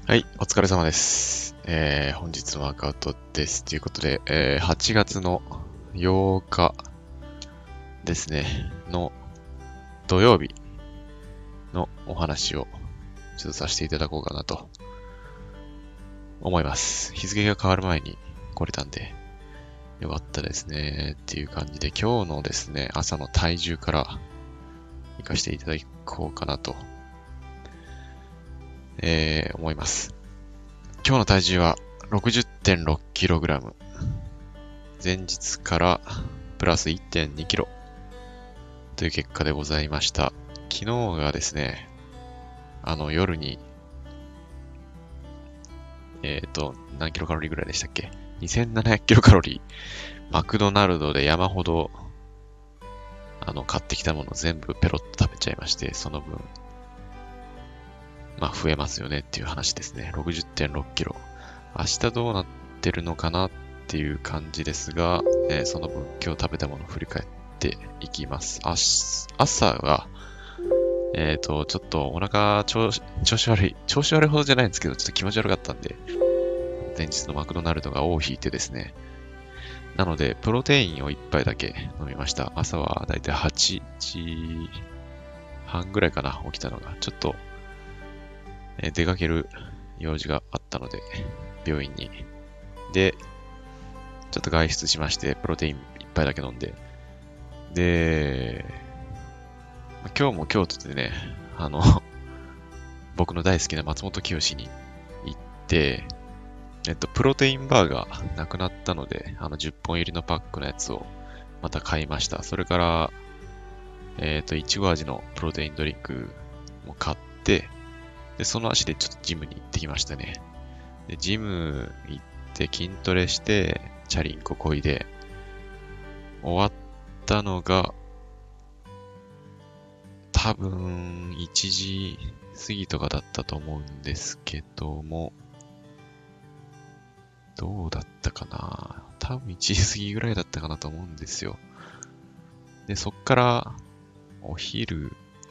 はい、お疲れ様です。本日のワークアウトです。ということで、8月の8日ですね、の土曜日のお話をちょっとさせていただこうかなと思います。日付が変わる前に来れたんで、よかったですねっていう感じで、今日のですね、朝の体重から行かせていただこうかなと、思います。今日の体重は 60.6kg。前日からプラス 1.2kg という結果でございました。昨日がですね、夜に、何キロカロリーぐらいでしたっけ？ 2700 キロカロリー。マクドナルドで山ほど、買ってきたもの全部ペロッと食べちゃいまして、その分、まあ、増えますよねっていう話ですね。60.6 キロ。明日どうなってるのかなっていう感じですが、その分今日食べたものを振り返っていきます。朝が、ちょっとお腹調子悪い。調子悪いほどじゃないんですけど、ちょっと気持ち悪かったんで、前日のマクドナルドが尾を引いてですね。なので、プロテインを1杯だけ飲みました。朝はだいたい8時半ぐらいかな、起きたのが。ちょっと、出かける用事があったので、病院に。で、ちょっと外出しまして、プロテイン1杯だけ飲んで。で、今日も京都でね、僕の大好きな松本清に行って、プロテインバーがなくなったので、10本入りのパックのやつをまた買いました。それから、いちご味のプロテインドリンクも買って、で、その足でちょっとジムに行ってきましたね。で、ジム行って筋トレして、チャリンコ漕いで、終わったのが、多分、1時過ぎとかだったと思うんですけども、どうだったかな？多分1時過ぎぐらいだったかなと思うんですよ。で、そっから、お昼、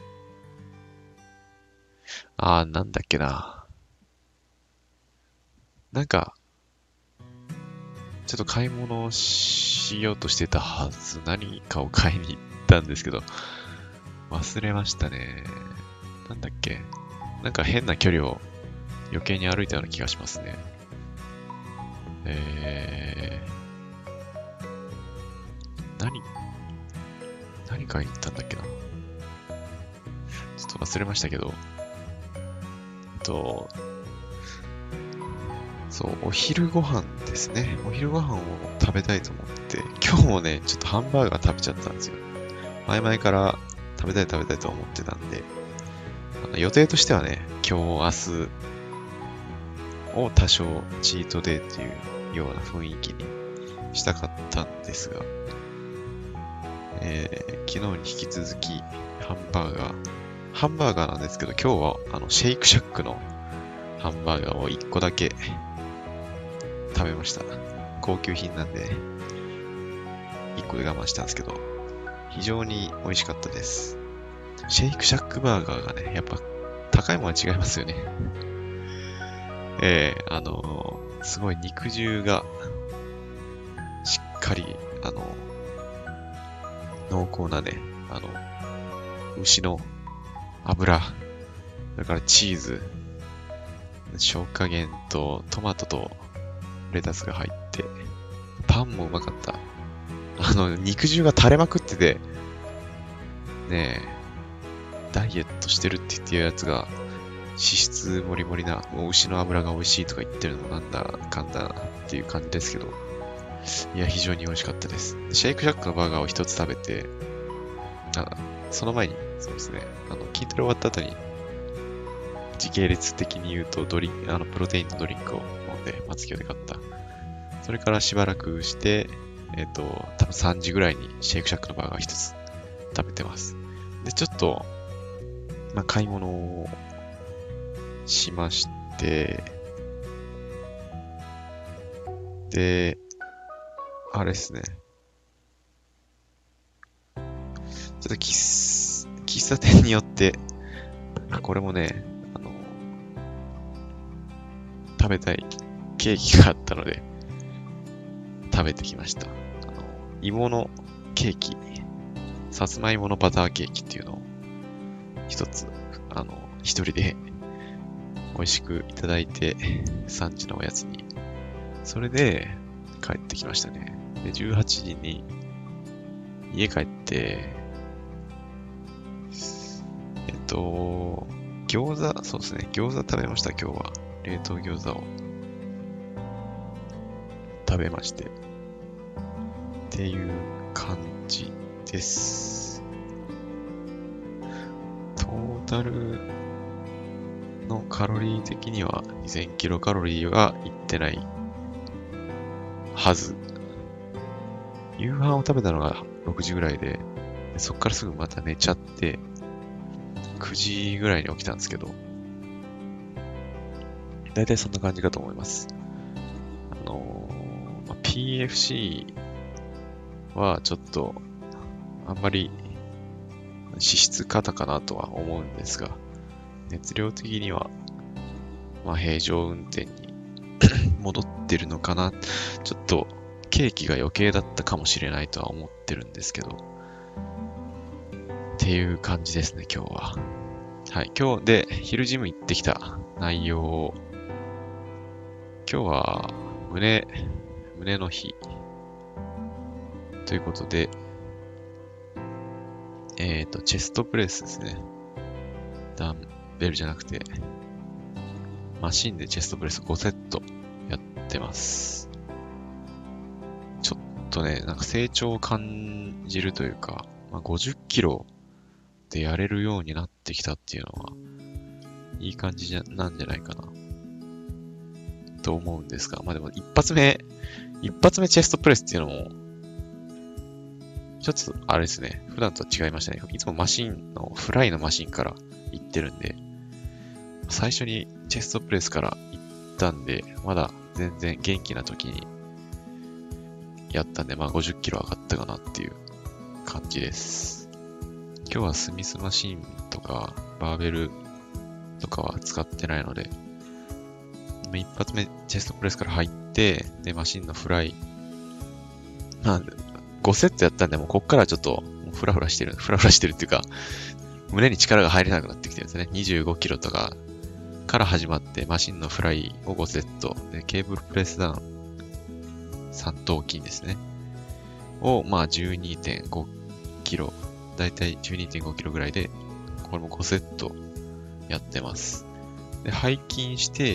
なんだっけな。なんか、ちょっと買い物をしようとしてたはず。何かを買いに行ったんですけど、忘れましたね。なんだっけ。なんか変な距離を余計に歩いたような気がしますね。何、何買いに行ったんだっけな。ちょっと忘れましたけど、と、そう、お昼ご飯ですね。お昼ご飯を食べたいと思って、今日もね、ちょっとハンバーガー食べちゃったんですよ。前々から食べたいと思ってたんで、予定としてはね、今日、明日を多少チートデーっていうような雰囲気にしたかったんですが、昨日に引き続きハンバーガーなんですけど、今日はシェイクシャックのハンバーガーを1個だけ食べました。高級品なんで、1個で我慢したんですけど、非常に美味しかったです。シェイクシャックバーガーがね、やっぱ高いものは違いますよね。すごい肉汁がしっかり、濃厚なね、牛の油、それからチーズ、消化減とトマトとレタスが入って、パンもうまかった。肉汁が垂れまくってて、ねえ、ダイエットしてるって言ってるやつが、脂質もりもりな、もう牛の油が美味しいとか言ってるのなんだかんだっていう感じですけど、いや、非常に美味しかったです。シェイクシャックのバーガーを一つ食べて、その前に、そうですね、筋トレ終わった後に、時系列的に言うと、プロテインのドリンクを飲んで、松清で買った。それからしばらくして、多分3時ぐらいにシェイクシャックのバーガー一つ食べてます。で、ちょっと、買い物をしまして、で、あれですね。ちょっと喫茶店によって、これもね、 食べたいケーキがあったので、食べてきました。芋のケーキ、さつまいものバターケーキっていうのを、一つ、一人で美味しくいただいて、3時のおやつに。それで、帰ってきましたね。で、18時に、家帰って、餃子、そうですね。餃子食べました、今日は。冷凍餃子を食べまして。っていう感じです。トータルのカロリー的には2000キロカロリーはいってないはず。夕飯を食べたのが6時ぐらいで、そっからすぐまた寝ちゃって、9時ぐらいに起きたんですけど、だいたいそんな感じかと思います。PFC はちょっと、あんまり脂質過多かなとは思うんですが、熱量的には、平常運転に戻ってるのかな。ちょっと、ケーキが余計だったかもしれないとは思ってるんですけど、っていう感じですね、今日は。はい、今日で昼ジム行ってきた内容を、今日は胸の日ということで、チェストプレスですね。ダンベルじゃなくて、マシンでチェストプレス5セットやってます。ちょっとね、なんか成長を感じるというか、50キロでやれるようになってきたっていうのは、いい感じなんじゃないかな。と思うんですが、でも一発目チェストプレスっていうのも、ちょっとあれですね、普段とは違いましたね。いつもフライのマシンから行ってるんで、最初にチェストプレスから行ったんで、まだ全然元気な時にやったんで、50キロ上がったかなっていう感じです。今日はスミスマシンとかバーベルとかは使ってないので、一発目チェストプレスから入って、で、マシンのフライ、5セットやったんで、もうこっからちょっとフラフラしてるっていうか、胸に力が入れなくなってきてるんですね。25キロとかから始まって、マシンのフライを5セット、で、ケーブルプレスダウン、3頭筋ですね。を、12.5 キロ、だいたい 12.5 キロぐらいで、これも5セットやってます。で、背筋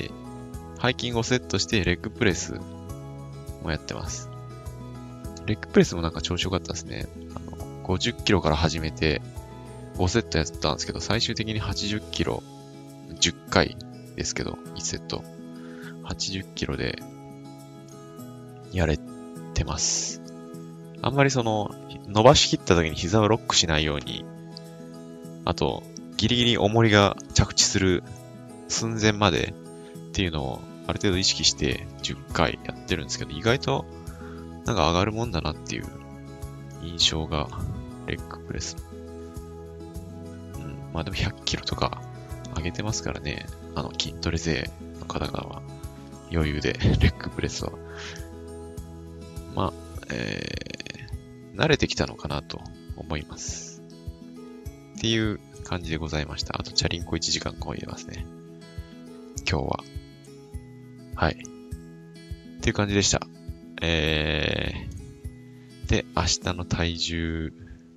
5セットして、レッグプレスもやってます。レッグプレスもなんか調子良かったですね。50キロから始めて、5セットやったんですけど、最終的に80キロ、10回ですけど、1セット。80キロで、やれてます。あんまり伸ばしきった時に膝をロックしないように、あと、ギリギリ重りが着地する寸前までっていうのをある程度意識して10回やってるんですけど、意外となんか上がるもんだなっていう印象がレッグプレス。でも100キロとか上げてますからね。筋トレ勢の方々は余裕でレッグプレスは。慣れてきたのかなと思います。っていう感じでございました。あとチャリンコ1時間こいでますね。今日は。はい。っていう感じでした。で、明日の体重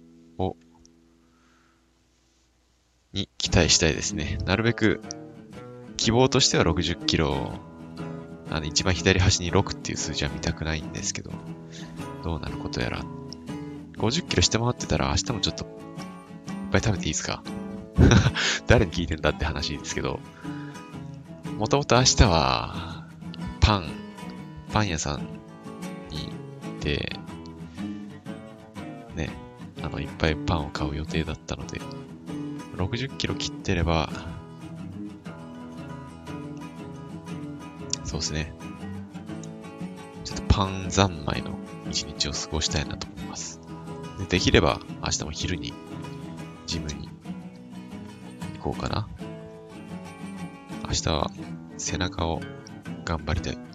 に期待したいですね。なるべく、希望としては60キロ、一番左端に6っていう数字は見たくないんですけど、どうなることやら。50キロ下回ってたら明日もちょっと、いっぱい食べていいですか？誰に聞いてんだって話ですけど、もともと明日は、パン屋さんに行って、ね、いっぱいパンを買う予定だったので、60キロ切ってれば、そうですね。ちょっとパン三昧の一日を過ごしたいなと思います。できれば明日も昼にジムに行こうかな。明日は背中を頑張りたい。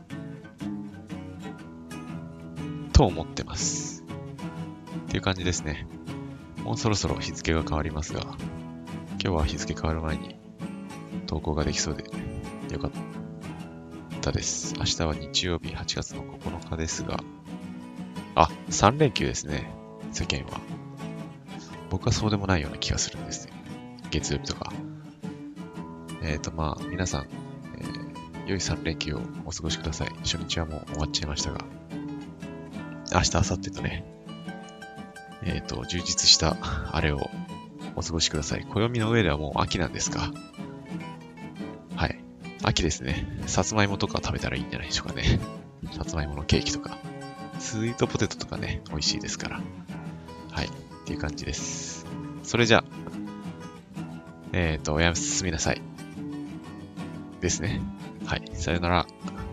と思ってます。っていう感じですね。もうそろそろ日付が変わりますが、今日は日付変わる前に投稿ができそうでよかったです。明日は日曜日8月の9日ですが、3連休ですね、世間は。僕はそうでもないような気がするんですね。月曜日とか。皆さん、良い3連休をお過ごしください。初日はもう終わっちゃいましたが、明日、明後日とね、充実したあれをお過ごしください。暦の上ではもう秋なんですか？はい。秋ですね。さつまいもとか食べたらいいんじゃないでしょうかね。さつまいものケーキとか、スイートポテトとかね、美味しいですから。はい。っていう感じです。それじゃあ、おやすみなさい。ですね。はい。さよなら。